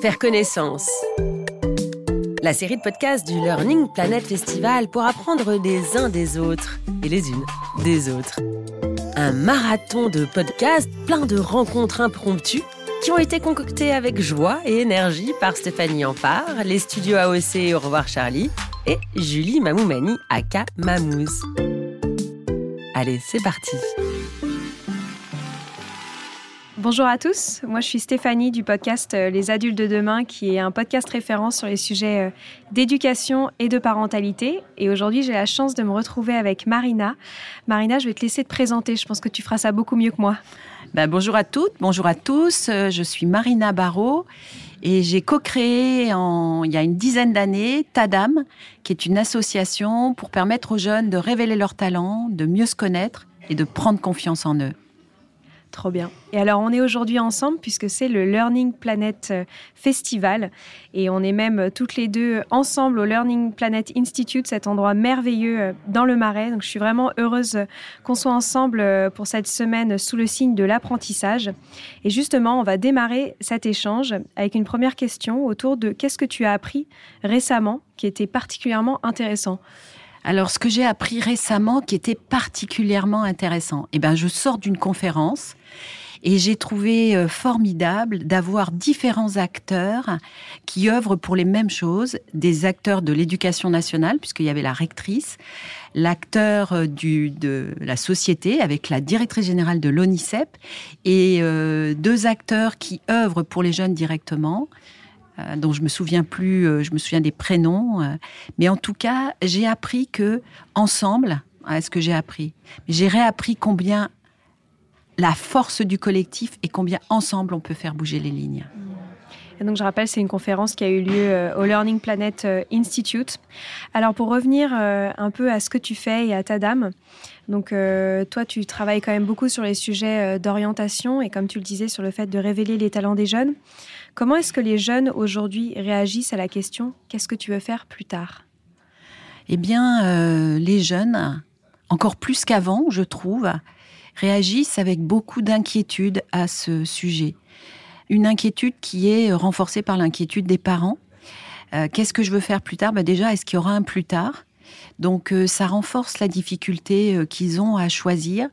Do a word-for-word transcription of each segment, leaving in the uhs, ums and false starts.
faire connaissance. La série de podcasts du Learning Planet Festival pour apprendre des uns des autres et les unes des autres. Un marathon de podcasts plein de rencontres impromptues qui ont été concoctées avec joie et énergie par Stéphanie Ampard, les studios A O C Au revoir Charlie et Julie Mamoumani aka Mamouze. Allez, c'est parti. Bonjour à tous, moi je suis Stéphanie du podcast Les Adultes de Demain qui est un podcast référence sur les sujets d'éducation et de parentalité. Et aujourd'hui j'ai la chance de me retrouver avec Marina. Marina, je vais te laisser te présenter, je pense que tu feras ça beaucoup mieux que moi. Ben, bonjour à toutes, bonjour à tous, je suis Marina Barraud et j'ai co-créé en, il y a une dizaine d'années Tadam, qui est une association pour permettre aux jeunes de révéler leurs talents, de mieux se connaître et de prendre confiance en eux. Trop bien. Et alors, on est aujourd'hui ensemble puisque c'est le Learning Planet Festival. Et on est même toutes les deux ensemble au Learning Planet Institute, cet endroit merveilleux dans le Marais. Donc, je suis vraiment heureuse qu'on soit ensemble pour cette semaine sous le signe de l'apprentissage. Et justement, on va démarrer cet échange avec une première question autour de qu'est-ce que tu as appris récemment qui était particulièrement intéressant ? Alors, ce que j'ai appris récemment qui était particulièrement intéressant, eh ben, je sors d'une conférence et j'ai trouvé formidable d'avoir différents acteurs qui œuvrent pour les mêmes choses, des acteurs de l'éducation nationale, puisqu'il y avait la rectrice, l'acteur du, de la société avec la directrice générale de l'ONICEP et euh, deux acteurs qui œuvrent pour les jeunes directement, Euh, dont je me souviens plus, euh, je me souviens des prénoms, euh, mais en tout cas, j'ai appris que ensemble, euh, ce que j'ai appris, j'ai réappris combien la force du collectif et combien ensemble on peut faire bouger les lignes. Et donc, je rappelle, c'est une conférence qui a eu lieu euh, au Learning Planet euh, Institute. Alors, pour revenir euh, un peu à ce que tu fais et à Tadam, donc euh, toi, tu travailles quand même beaucoup sur les sujets euh, d'orientation et comme tu le disais, sur le fait de révéler les talents des jeunes. Comment est-ce que les jeunes aujourd'hui réagissent à la question « Qu'est-ce que tu veux faire plus tard ?» Eh bien, euh, les jeunes, encore plus qu'avant, je trouve, réagissent avec beaucoup d'inquiétude à ce sujet. Une inquiétude qui est renforcée par l'inquiétude des parents. Euh, qu'est-ce que je veux faire plus tard ? Ben déjà, est-ce qu'il y aura un plus tard ? Donc, euh, ça renforce la difficulté euh, qu'ils ont à choisir.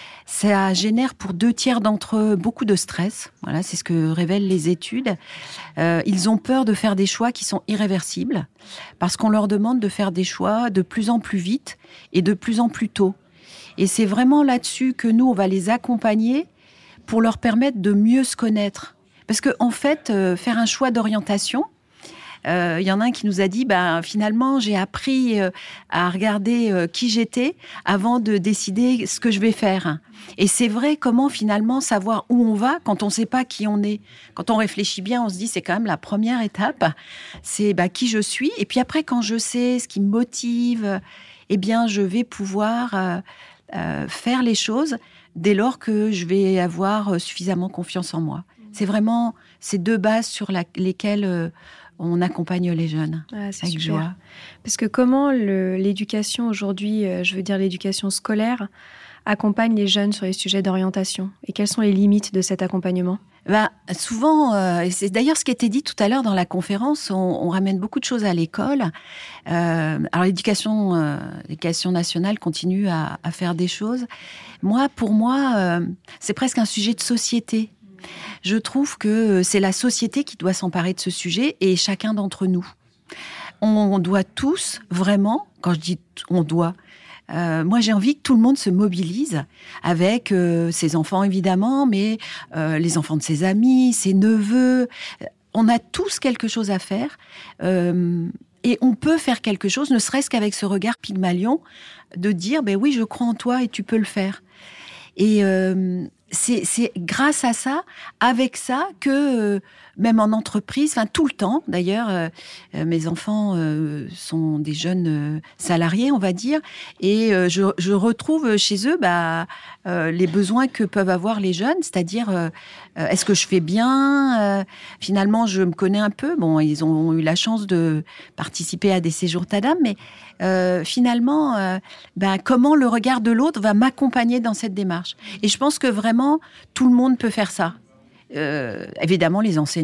Ça génère pour deux tiers d'entre eux beaucoup de stress. Voilà, c'est ce que révèlent les études. Euh, ils ont peur de faire des choix qui sont irréversibles parce qu'on leur demande de faire des choix de plus en plus vite et de plus en plus tôt. Et c'est vraiment là-dessus que nous, on va les accompagner pour leur permettre de mieux se connaître. Parce que, en fait, euh, faire un choix d'orientation, il euh, y en a un qui nous a dit, ben, finalement, j'ai appris euh, à regarder euh, qui j'étais avant de décider ce que je vais faire. Et c'est vrai, comment finalement savoir où on va quand on ne sait pas qui on est. Quand on réfléchit bien, on se dit, c'est quand même la première étape, c'est ben, qui je suis. Et puis après, quand je sais ce qui me motive, eh bien, je vais pouvoir euh, euh, faire les choses dès lors que je vais avoir suffisamment confiance en moi. C'est vraiment ces deux bases sur la, lesquelles euh, on accompagne les jeunes, ah, c'est avec super. joie. Parce que comment le, l'éducation aujourd'hui, euh, je veux dire l'éducation scolaire, accompagne les jeunes sur les sujets d'orientation ? Et quelles sont les limites de cet accompagnement ? Ben, souvent, euh, et c'est d'ailleurs ce qui était dit tout à l'heure dans la conférence, on, on ramène beaucoup de choses à l'école. Euh, alors l'éducation, euh, l'éducation nationale continue à, à faire des choses. Moi, pour moi, euh, c'est presque un sujet de société. Je trouve que c'est la société qui doit s'emparer de ce sujet et chacun d'entre nous. On doit tous, vraiment, quand je dis on doit, euh, moi j'ai envie que tout le monde se mobilise avec euh, ses enfants évidemment, mais euh, les enfants de ses amis, ses neveux. On a tous quelque chose à faire euh, et on peut faire quelque chose, ne serait-ce qu'avec ce regard Pygmalion, de dire ben oui, je crois en toi et tu peux le faire. Et euh, c'est, c'est grâce à ça, avec ça, que euh, même en entreprise, enfin tout le temps d'ailleurs, euh, mes enfants euh, sont des jeunes euh, salariés, on va dire, et euh, je, je retrouve chez eux bah, euh, les besoins que peuvent avoir les jeunes, c'est-à-dire euh, est-ce que je fais bien ? euh, Finalement, je me connais un peu. Bon, ils ont eu la chance de participer à des séjours Tadam, mais euh, finalement, euh, bah, comment le regard de l'autre va m'accompagner dans cette démarche ? Et je pense que vraiment, tout le monde peut faire ça. Euh, évidemment, les enseignants,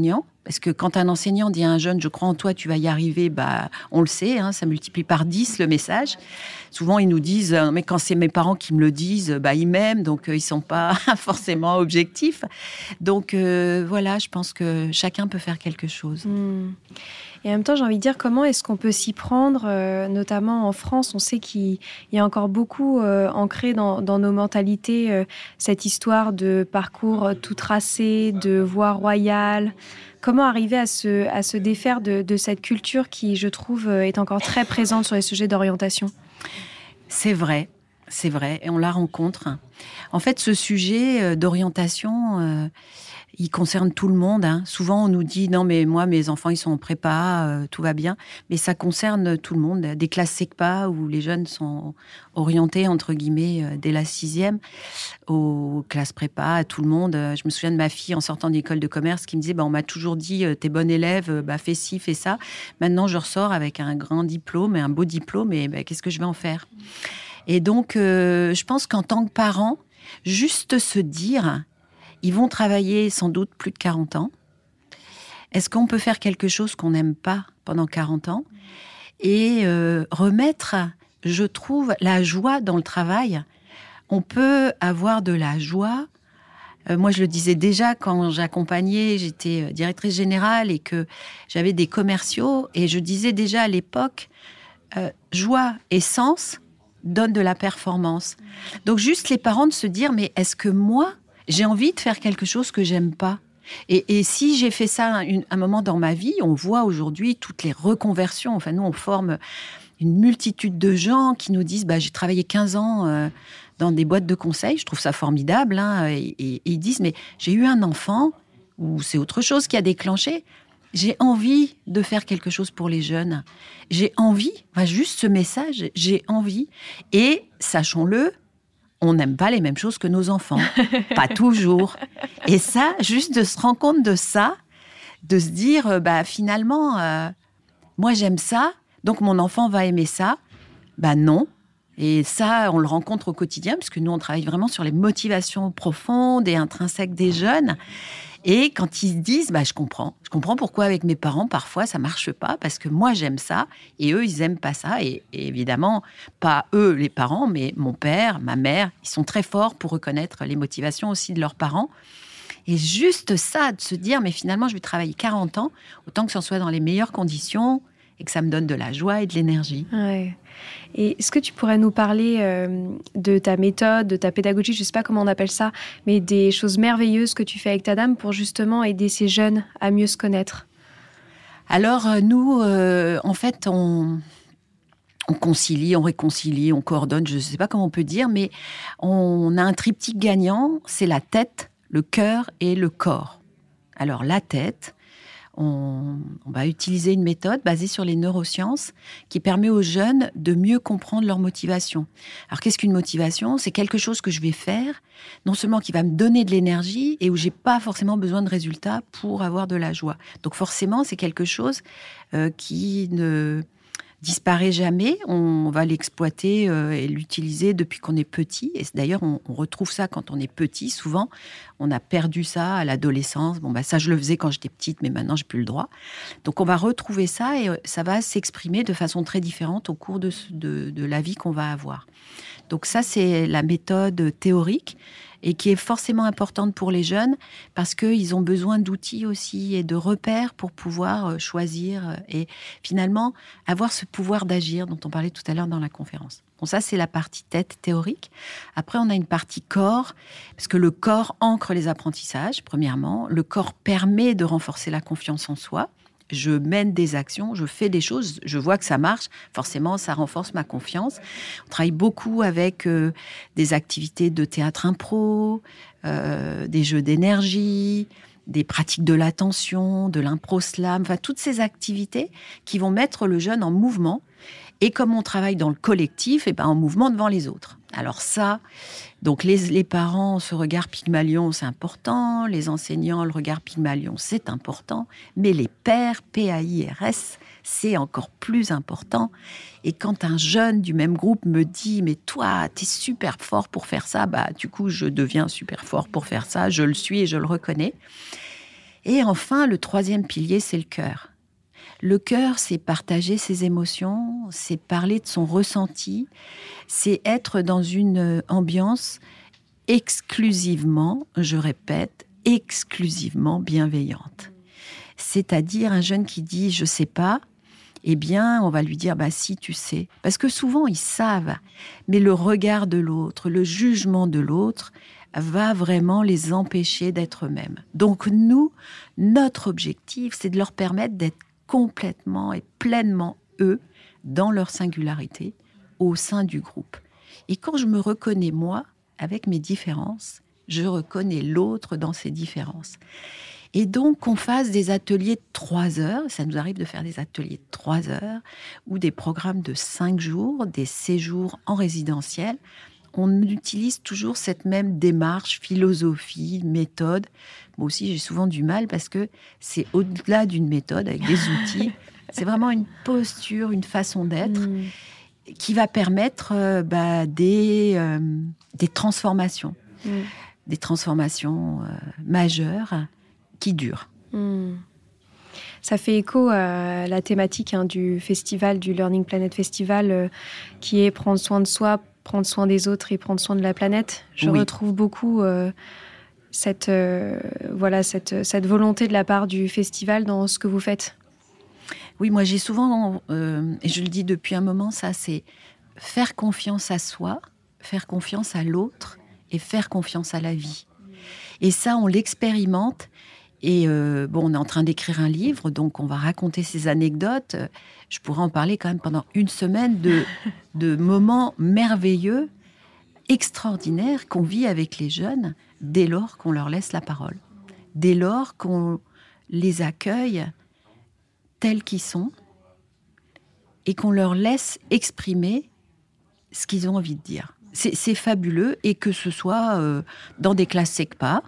Parce que quand un enseignant dit à un jeune « je crois en toi, tu vas y arriver », bah, on le sait, hein, ça multiplie par dix le message. Souvent, ils nous disent « mais quand c'est mes parents qui me le disent, bah, ils m'aiment, donc euh, ils ne sont pas forcément objectifs ». Donc euh, voilà, je pense que chacun peut faire quelque chose. Mmh. Et en même temps, j'ai envie de dire, comment est-ce qu'on peut s'y prendre, euh, notamment en France. On sait qu'il y a encore beaucoup euh, ancré dans, dans nos mentalités euh, cette histoire de parcours tout tracé, de voie royale. Comment arriver à se, à se défaire de, de cette culture qui, je trouve, est encore très présente sur les sujets d'orientation ? C'est vrai, c'est vrai, et on la rencontre. En fait, ce sujet d'orientation... Euh, il concerne tout le monde. Hein. Souvent, on nous dit « non, mais moi, mes enfants, ils sont en prépa, euh, tout va bien ». Mais ça concerne tout le monde. Des classes SECPA où les jeunes sont orientés, entre guillemets, euh, dès la sixième, aux classes prépa, à tout le monde. Je me souviens de ma fille en sortant d'école de commerce qui me disait bah, « on m'a toujours dit, euh, t'es bonne élève, bah, fais ci, fais ça ». Maintenant, je ressors avec un grand diplôme, et un beau diplôme, et bah, qu'est-ce que je vais en faire ? Et donc, euh, je pense qu'en tant que parent, juste se dire... Ils vont travailler sans doute plus de quarante ans. Est-ce qu'on peut faire quelque chose qu'on n'aime pas pendant quarante ans ? Et euh, remettre, je trouve, la joie dans le travail. On peut avoir de la joie. Euh, moi, je le disais déjà quand j'accompagnais, j'étais directrice générale et que j'avais des commerciaux. Et je disais déjà à l'époque, euh, joie et sens donnent de la performance. Donc, juste les parents de se dire, mais est-ce que moi... j'ai envie de faire quelque chose que j'aime pas. Et, et si j'ai fait ça un, un moment dans ma vie, on voit aujourd'hui toutes les reconversions. Enfin, nous, on forme une multitude de gens qui nous disent bah, « j'ai travaillé quinze ans euh, dans des boîtes de conseil, je trouve ça formidable. Hein, » et, et, et ils disent « mais j'ai eu un enfant, ou c'est autre chose qui a déclenché. J'ai envie de faire quelque chose pour les jeunes. J'ai envie, enfin, juste ce message, j'ai envie. Et sachons-le, on n'aime pas les mêmes choses que nos enfants. Pas toujours. Et ça, juste de se rendre compte de ça, de se dire, bah, finalement, euh, moi j'aime ça, donc mon enfant va aimer ça. Bah non. Et ça, on le rencontre au quotidien, parce que nous, on travaille vraiment sur les motivations profondes et intrinsèques des jeunes. Et quand ils se disent, bah, je comprends. Je comprends pourquoi avec mes parents, parfois, ça marche pas, parce que moi, j'aime ça, et eux, ils aiment pas ça. Et, et évidemment, pas eux, les parents, mais mon père, ma mère, ils sont très forts pour reconnaître les motivations aussi de leurs parents. Et juste ça, de se dire, mais finalement, je vais travailler quarante ans, autant que ce soit dans les meilleures conditions, et que ça me donne de la joie et de l'énergie. Ouais. Et est-ce que tu pourrais nous parler euh, de ta méthode, de ta pédagogie, je ne sais pas comment on appelle ça, mais des choses merveilleuses que tu fais avec ta dame pour justement aider ces jeunes à mieux se connaître ? Alors, nous, euh, en fait, on... on concilie, on réconcilie, on coordonne, je ne sais pas comment on peut dire, mais on a un triptyque gagnant, c'est la tête, le cœur et le corps. Alors, la tête... On, on va utiliser une méthode basée sur les neurosciences qui permet aux jeunes de mieux comprendre leur motivation. Alors, qu'est-ce qu'une motivation ? C'est quelque chose que je vais faire, non seulement qui va me donner de l'énergie et où j'ai pas forcément besoin de résultats pour avoir de la joie. Donc, forcément, c'est quelque chose euh, qui ne disparaît jamais. On va l'exploiter euh, et l'utiliser depuis qu'on est petit. Et d'ailleurs, on, on retrouve ça quand on est petit. Souvent, on a perdu ça à l'adolescence. Bon, bah, ça, je le faisais quand j'étais petite, mais maintenant, j'ai plus le droit. Donc, on va retrouver ça et ça va s'exprimer de façon très différente au cours de, de, de la vie qu'on va avoir. Donc, ça, c'est la méthode théorique et qui est forcément importante pour les jeunes parce qu'ils ont besoin d'outils aussi et de repères pour pouvoir choisir et finalement avoir ce pouvoir d'agir dont on parlait tout à l'heure dans la conférence. Bon, ça, c'est la partie tête théorique. Après, on a une partie corps, parce que le corps ancre les apprentissages, premièrement. Le corps permet de renforcer la confiance en soi. Je mène des actions, je fais des choses, je vois que ça marche, forcément, ça renforce ma confiance. On travaille beaucoup avec euh, des activités de théâtre impro, euh, des jeux d'énergie, des pratiques de l'attention, de l'impro-slam, enfin, toutes ces activités qui vont mettre le jeune en mouvement. Et comme on travaille dans le collectif, et ben en mouvement devant les autres. Alors ça, donc les, les parents, ce regard Pygmalion, c'est important. Les enseignants, le regard Pygmalion, c'est important. Mais les pairs, P A I R S, c'est encore plus important. Et quand un jeune du même groupe me dit « mais toi, t'es super fort pour faire ça », bah du coup, je deviens super fort pour faire ça. Je le suis et je le reconnais. Et enfin, le troisième pilier, c'est le cœur. Le cœur, c'est partager ses émotions, c'est parler de son ressenti, c'est être dans une ambiance exclusivement, je répète, exclusivement bienveillante. C'est-à-dire un jeune qui dit « je sais pas », eh bien, on va lui dire bah, « si, tu sais ». Parce que souvent, ils savent, mais le regard de l'autre, le jugement de l'autre va vraiment les empêcher d'être eux-mêmes. Donc nous, notre objectif, c'est de leur permettre d'être complètement et pleinement eux, dans leur singularité, au sein du groupe. Et quand je me reconnais moi, avec mes différences, je reconnais l'autre dans ses différences. Et donc, qu'on fasse des ateliers de trois heures, ça nous arrive de faire des ateliers de trois heures, ou des programmes de cinq jours, des séjours en résidentiel, on utilise toujours cette même démarche, philosophie, méthode. Moi aussi, j'ai souvent du mal parce que c'est au-delà d'une méthode avec des outils. C'est vraiment une posture, une façon d'être mmh. qui va permettre euh, bah, des, euh, des transformations. Mmh. Des transformations euh, majeures qui durent. Mmh. Ça fait écho à la thématique hein, du festival, du Learning Planet Festival, euh, qui est prendre soin de soi, prendre soin des autres et prendre soin de la planète. Je oui. retrouve beaucoup euh, cette, euh, voilà, cette, cette volonté de la part du festival dans ce que vous faites. Oui, moi j'ai souvent, euh, et je le dis depuis un moment, ça c'est faire confiance à soi, faire confiance à l'autre et faire confiance à la vie. Et ça, on l'expérimente. Et euh, bon, on est en train d'écrire un livre, donc on va raconter ces anecdotes. Je pourrais en parler quand même pendant une semaine de, de moments merveilleux, extraordinaires qu'on vit avec les jeunes dès lors qu'on leur laisse la parole. Dès lors qu'on les accueille tels qu'ils sont et qu'on leur laisse exprimer ce qu'ils ont envie de dire. C'est, c'est fabuleux, et que ce soit euh, dans des classes SECPA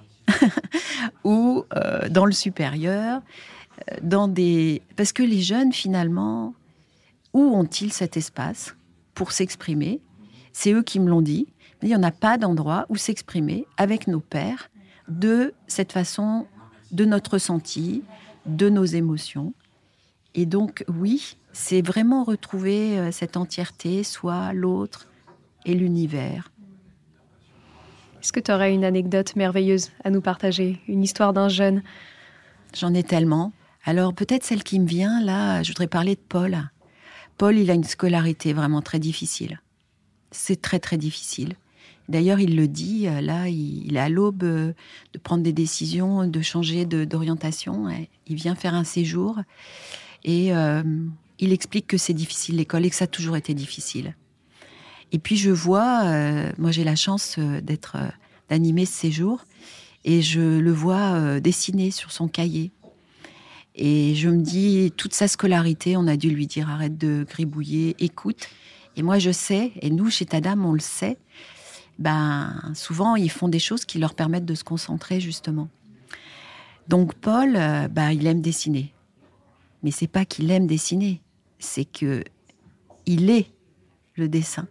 ou euh, dans le supérieur, euh, dans des... parce que les jeunes, finalement, où ont-ils cet espace pour s'exprimer ? C'est eux qui me l'ont dit. Il n'y en a pas d'endroit où s'exprimer avec nos pairs de cette façon, de notre ressenti, de nos émotions. Et donc, oui, c'est vraiment retrouver euh, cette entièreté, soi, l'autre et l'univers. Est-ce que tu aurais une anecdote merveilleuse à nous partager, une histoire d'un jeune ? J'en ai tellement. Alors peut-être celle qui me vient, là, je voudrais parler de Paul. Paul, il a une scolarité vraiment très difficile. C'est très très difficile. D'ailleurs, il le dit, là, il est à l'aube de prendre des décisions, de changer de, d'orientation. Il vient faire un séjour et euh, il explique que c'est difficile l'école et que ça a toujours été difficile. Et puis je vois, euh, moi j'ai la chance euh, d'être, euh, d'animer ce séjour, et je le vois euh, dessiner sur son cahier. Et je me dis, toute sa scolarité, on a dû lui dire arrête de gribouiller, écoute. Et moi je sais, et nous chez Tadam on le sait, ben, souvent ils font des choses qui leur permettent de se concentrer justement. Donc Paul, euh, ben, il aime dessiner. Mais c'est pas qu'il aime dessiner, c'est que il est le dessin.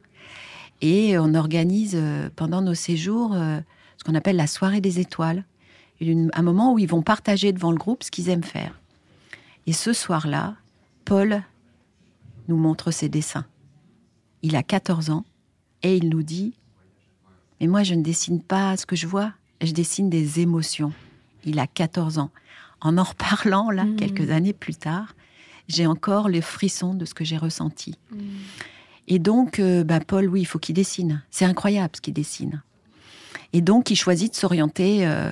Et on organise euh, pendant nos séjours euh, ce qu'on appelle la soirée des étoiles. Une, un moment où ils vont partager devant le groupe ce qu'ils aiment faire. Et ce soir-là, Paul nous montre ses dessins. Il a quatorze ans et il nous dit « Mais moi, je ne dessine pas ce que je vois, je dessine des émotions. » Il a quatorze ans. En en reparlant, là, mmh. quelques années plus tard, j'ai encore le frisson de ce que j'ai ressenti. Mmh. Et donc, euh, bah, Paul, oui, il faut qu'il dessine. C'est incroyable ce qu'il dessine. Et donc, il choisit de s'orienter euh,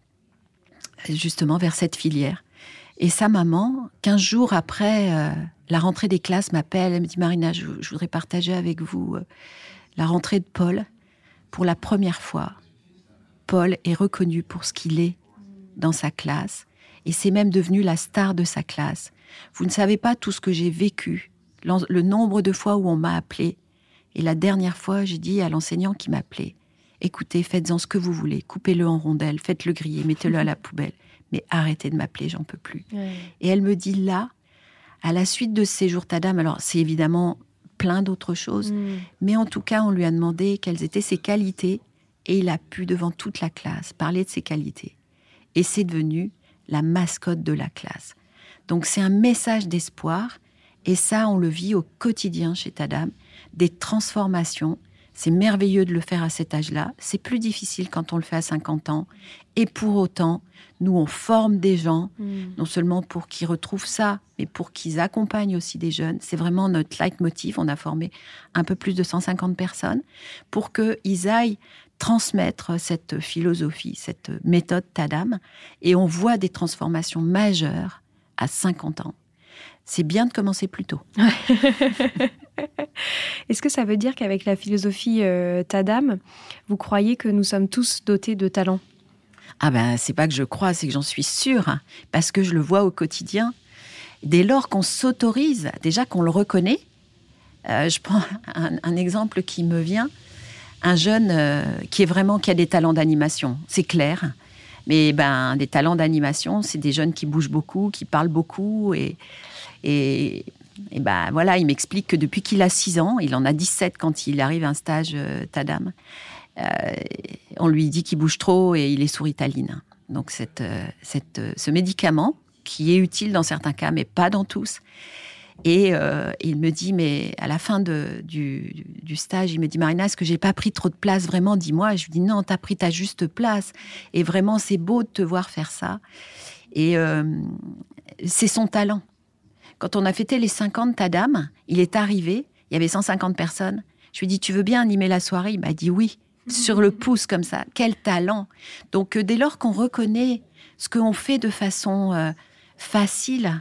justement vers cette filière. Et sa maman, quinze jours après euh, la rentrée des classes, m'appelle. Elle me dit « Marina, je, je voudrais partager avec vous euh, la rentrée de Paul. » Pour la première fois, Paul est reconnu pour ce qu'il est dans sa classe. Et c'est même devenu la star de sa classe. Vous ne savez pas tout ce que j'ai vécu, le nombre de fois où on m'a appelé. Et la dernière fois, j'ai dit à l'enseignant qui m'appelait « Écoutez, faites-en ce que vous voulez, coupez-le en rondelles, faites-le griller, mettez-le à la poubelle. Mais arrêtez de m'appeler, j'en peux plus. Ouais. » Et elle me dit là, à la suite de ce séjour Tadam, alors c'est évidemment plein d'autres choses, mmh. mais en tout cas, on lui a demandé quelles étaient ses qualités, et il a pu, devant toute la classe, parler de ses qualités. Et c'est devenu la mascotte de la classe. Donc c'est un message d'espoir, et ça, on le vit au quotidien chez Tadam, des transformations. C'est merveilleux de le faire à cet âge-là. C'est plus difficile quand on le fait à cinquante ans. Et pour autant, nous, on forme des gens, mmh. non seulement pour qu'ils retrouvent ça, mais pour qu'ils accompagnent aussi des jeunes. C'est vraiment notre leitmotiv. On a formé un peu plus de cent cinquante personnes pour qu'ils aillent transmettre cette philosophie, cette méthode Tadam. Et on voit des transformations majeures à cinquante ans. C'est bien de commencer plus tôt. Est-ce que ça veut dire qu'avec la philosophie euh, Tadam, vous croyez que nous sommes tous dotés de talent ? Ah ben, c'est pas que je crois, c'est que j'en suis sûre, hein, parce que je le vois au quotidien. Dès lors qu'on s'autorise, déjà qu'on le reconnaît, euh, je prends un, un exemple qui me vient, un jeune euh, qui est vraiment qui a des talents d'animation, c'est clair. Mais ben, des talents d'animation, c'est des jeunes qui bougent beaucoup, qui parlent beaucoup. Et, et, et ben, voilà, il m'explique que depuis qu'il a six ans, il en a dix-sept quand il arrive à un stage euh, Tadam, euh, on lui dit qu'il bouge trop et il est sous Ritaline. Donc cette, euh, cette, euh, ce médicament, qui est utile dans certains cas, mais pas dans tous. Et euh, il me dit, mais à la fin de, du, du stage, il me dit, Marina, est-ce que j'ai pas pris trop de place, vraiment, dis-moi. Et je lui dis, non, t'as pris ta juste place. Et vraiment, c'est beau de te voir faire ça. Et euh, c'est son talent. Quand on a fêté les cinquante Tadam, il est arrivé, il y avait cent cinquante personnes. Je lui ai dit, tu veux bien animer la soirée ? Il m'a dit oui, sur le pouce comme ça. Quel talent ! Donc, euh, dès lors qu'on reconnaît ce qu'on fait de façon euh, facile...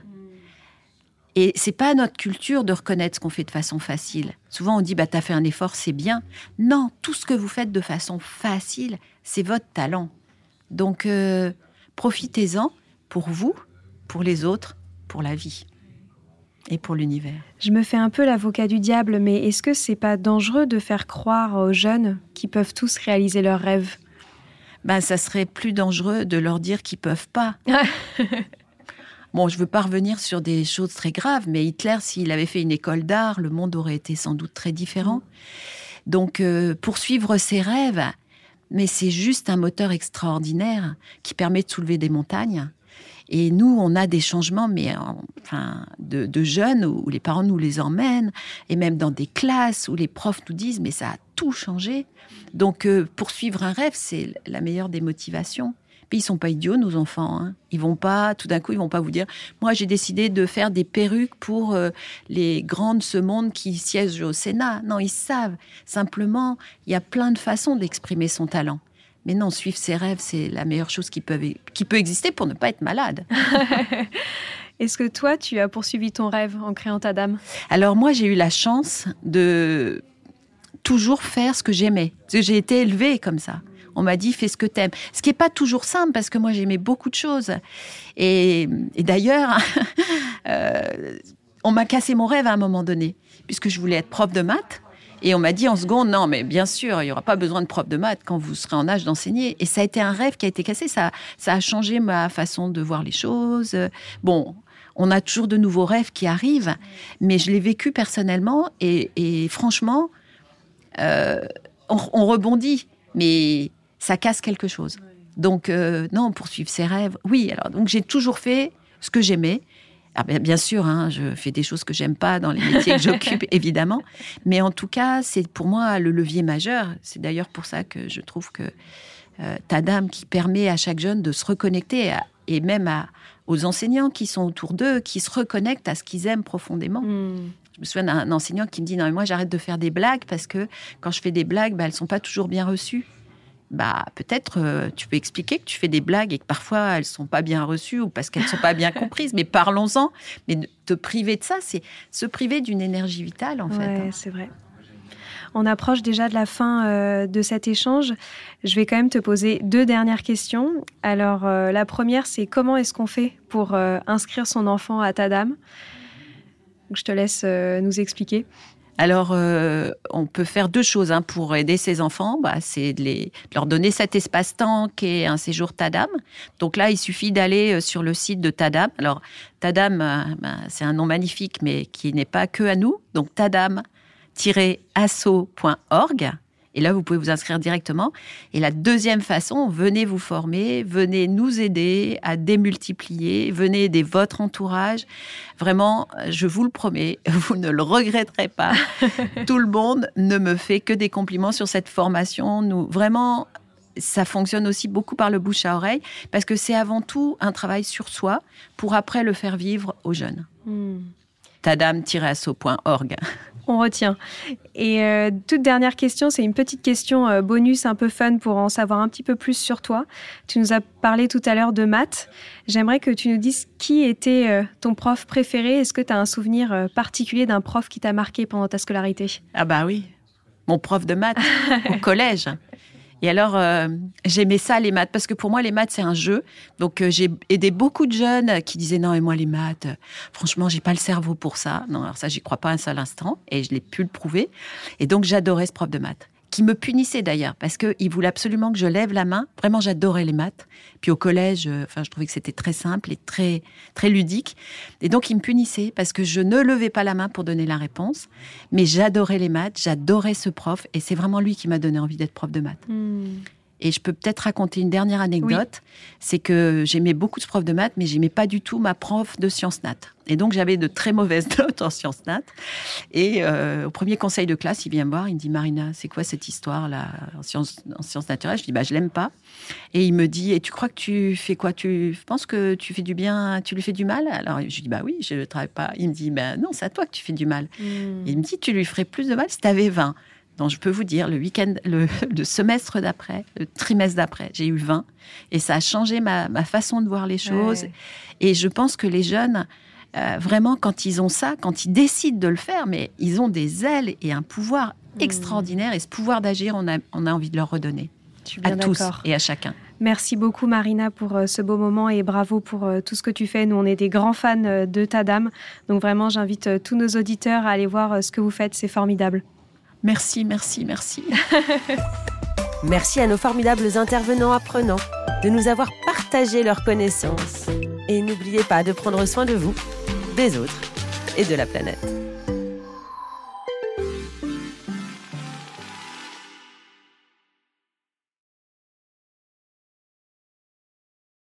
Et c'est pas notre culture de reconnaître ce qu'on fait de façon facile. Souvent, on dit, bah, t'as fait un effort, c'est bien. Non, tout ce que vous faites de façon facile, c'est votre talent. Donc, euh, profitez-en pour vous, pour les autres, pour la vie et pour l'univers. Je me fais un peu l'avocat du diable, mais est-ce que c'est pas dangereux de faire croire aux jeunes qu'ils peuvent tous réaliser leurs rêves ? Ben, ça serait plus dangereux de leur dire qu'ils peuvent pas. Bon, je ne veux pas revenir sur des choses très graves, mais Hitler, s'il avait fait une école d'art, le monde aurait été sans doute très différent. Donc, euh, poursuivre ses rêves, mais c'est juste un moteur extraordinaire qui permet de soulever des montagnes. Et nous, on a des changements, mais enfin, de, de jeunes où les parents nous les emmènent, et même dans des classes où les profs nous disent, mais ça a tout changé. Donc, euh, poursuivre un rêve, c'est la meilleure des motivations. Puis ils sont pas idiots, nos enfants. Hein. Ils vont pas, tout d'un coup, ils vont pas vous dire « Moi, j'ai décidé de faire des perruques pour euh, les grands de ce monde qui siègent au Sénat. » Non, ils savent. Simplement, il y a plein de façons d'exprimer son talent. Mais non, suivre ses rêves, c'est la meilleure chose qui peut, qui peut exister pour ne pas être malade. Est-ce que toi, tu as poursuivi ton rêve en créant Tadam ? Alors moi, j'ai eu la chance de toujours faire ce que j'aimais. Parce que j'ai été élevée comme ça. On m'a dit, fais ce que t'aimes. Ce qui n'est pas toujours simple, parce que moi, j'aimais beaucoup de choses. Et, et d'ailleurs, euh, on m'a cassé mon rêve à un moment donné, puisque je voulais être prof de maths. Et on m'a dit en seconde, non, mais bien sûr, il n'y aura pas besoin de prof de maths quand vous serez en âge d'enseigner. Et ça a été un rêve qui a été cassé. Ça, ça a changé ma façon de voir les choses. Bon, on a toujours de nouveaux rêves qui arrivent, mais je l'ai vécu personnellement. Et, et franchement, euh, on, on rebondit. Mais ça casse quelque chose. Donc, euh, non, poursuivre ses rêves. Oui, alors, donc j'ai toujours fait ce que j'aimais. Alors, bien, bien sûr, hein, je fais des choses que j'aime pas dans les métiers que j'occupe, évidemment. Mais en tout cas, c'est pour moi le levier majeur. C'est d'ailleurs pour ça que je trouve que euh, Tadam, qui permet à chaque jeune de se reconnecter, à, et même à, aux enseignants qui sont autour d'eux, qui se reconnectent à ce qu'ils aiment profondément. Mmh. Je me souviens d'un enseignant qui me dit « Non, mais moi, j'arrête de faire des blagues parce que quand je fais des blagues, bah, elles ne sont pas toujours bien reçues. » Bah, peut-être, euh, tu peux expliquer que tu fais des blagues et que parfois, elles ne sont pas bien reçues ou parce qu'elles ne sont pas bien comprises. Mais parlons-en. Mais te priver de ça, c'est se priver d'une énergie vitale, en ouais, fait. Oui, c'est vrai. On approche déjà de la fin euh, de cet échange. Je vais quand même te poser deux dernières questions. Alors, euh, la première, c'est comment est-ce qu'on fait pour euh, inscrire son enfant à Tadam ? Je te laisse euh, nous expliquer. Alors, euh, on peut faire deux choses hein, pour aider ces enfants. Bah, c'est de, les, de leur donner cet espace-temps qu'est un séjour Tadam. Donc là, il suffit d'aller sur le site de Tadam. Alors, Tadam, euh, bah, c'est un nom magnifique, mais qui n'est pas que à nous. Donc, tadam tiret asso point org. Et là, vous pouvez vous inscrire directement. Et la deuxième façon, venez vous former, venez nous aider à démultiplier, venez aider votre entourage. Vraiment, je vous le promets, vous ne le regretterez pas. Tout le monde ne me fait que des compliments sur cette formation. Nous, vraiment, ça fonctionne aussi beaucoup par le bouche à oreille, parce que c'est avant tout un travail sur soi pour après le faire vivre aux jeunes. Mmh. tadam tiret asso point org. On retient. Et euh, toute dernière question, c'est une petite question euh, bonus un peu fun pour en savoir un petit peu plus sur toi. Tu nous as parlé tout à l'heure de maths. J'aimerais que tu nous dises qui était euh, ton prof préféré. Est-ce que tu as un souvenir euh, particulier d'un prof qui t'a marqué pendant ta scolarité ? Ah bah oui, mon prof de maths au collège. Et alors, euh, j'aimais ça, les maths, parce que pour moi, les maths, c'est un jeu. Donc, euh, j'ai aidé beaucoup de jeunes qui disaient « Non, mais moi, les maths, euh, franchement, j'ai pas le cerveau pour ça. » Non, alors ça, j'y crois pas un seul instant. Et je l'ai pu le prouver. Et donc, j'adorais ce prof de maths, qui me punissait d'ailleurs, parce qu'il voulait absolument que je lève la main. Vraiment, j'adorais les maths. Puis au collège, euh, enfin, je trouvais que c'était très simple et très, très ludique. Et donc, il me punissait parce que je ne levais pas la main pour donner la réponse. Mais j'adorais les maths, j'adorais ce prof. Et c'est vraiment lui qui m'a donné envie d'être prof de maths. Mmh. Et je peux peut-être raconter une dernière anecdote. Oui. C'est que j'aimais beaucoup ce prof de maths, mais j'aimais pas du tout ma prof de sciences nat. Et donc, j'avais de très mauvaises notes en sciences nat. Et euh, au premier conseil de classe, il vient me voir, il me dit « Marina, c'est quoi cette histoire-là en sciences, en sciences naturelles ?» Je dis bah, « Je l'aime pas. » Et il me dit « Et tu crois que tu fais quoi? Tu penses que tu fais du bien, tu lui fais du mal ?» Alors, je dis « Bah oui, je ne travaille pas. » Il me dit bah, « Non, c'est à toi que tu fais du mal. Mmh. » Il me dit « Tu lui ferais plus de mal si tu avais vingt. » Donc, je peux vous dire, le week-end, le, le semestre d'après, le trimestre d'après, j'ai eu vingt. Et ça a changé ma, ma façon de voir les choses. Ouais. Et je pense que les jeunes, euh, vraiment, quand ils ont ça, quand ils décident de le faire, mais ils ont des ailes et un pouvoir mmh. extraordinaire. Et ce pouvoir d'agir, on a, on a envie de leur redonner. Je suis bien à d'accord. Tous et à chacun. Merci beaucoup, Marina, pour ce beau moment et bravo pour tout ce que tu fais. Nous, on est des grands fans de Tadam. Donc, vraiment, j'invite tous nos auditeurs à aller voir ce que vous faites. C'est formidable. Merci, merci, merci. Merci à nos formidables intervenants apprenants de nous avoir partagé leurs connaissances. Et n'oubliez pas de prendre soin de vous, des autres et de la planète.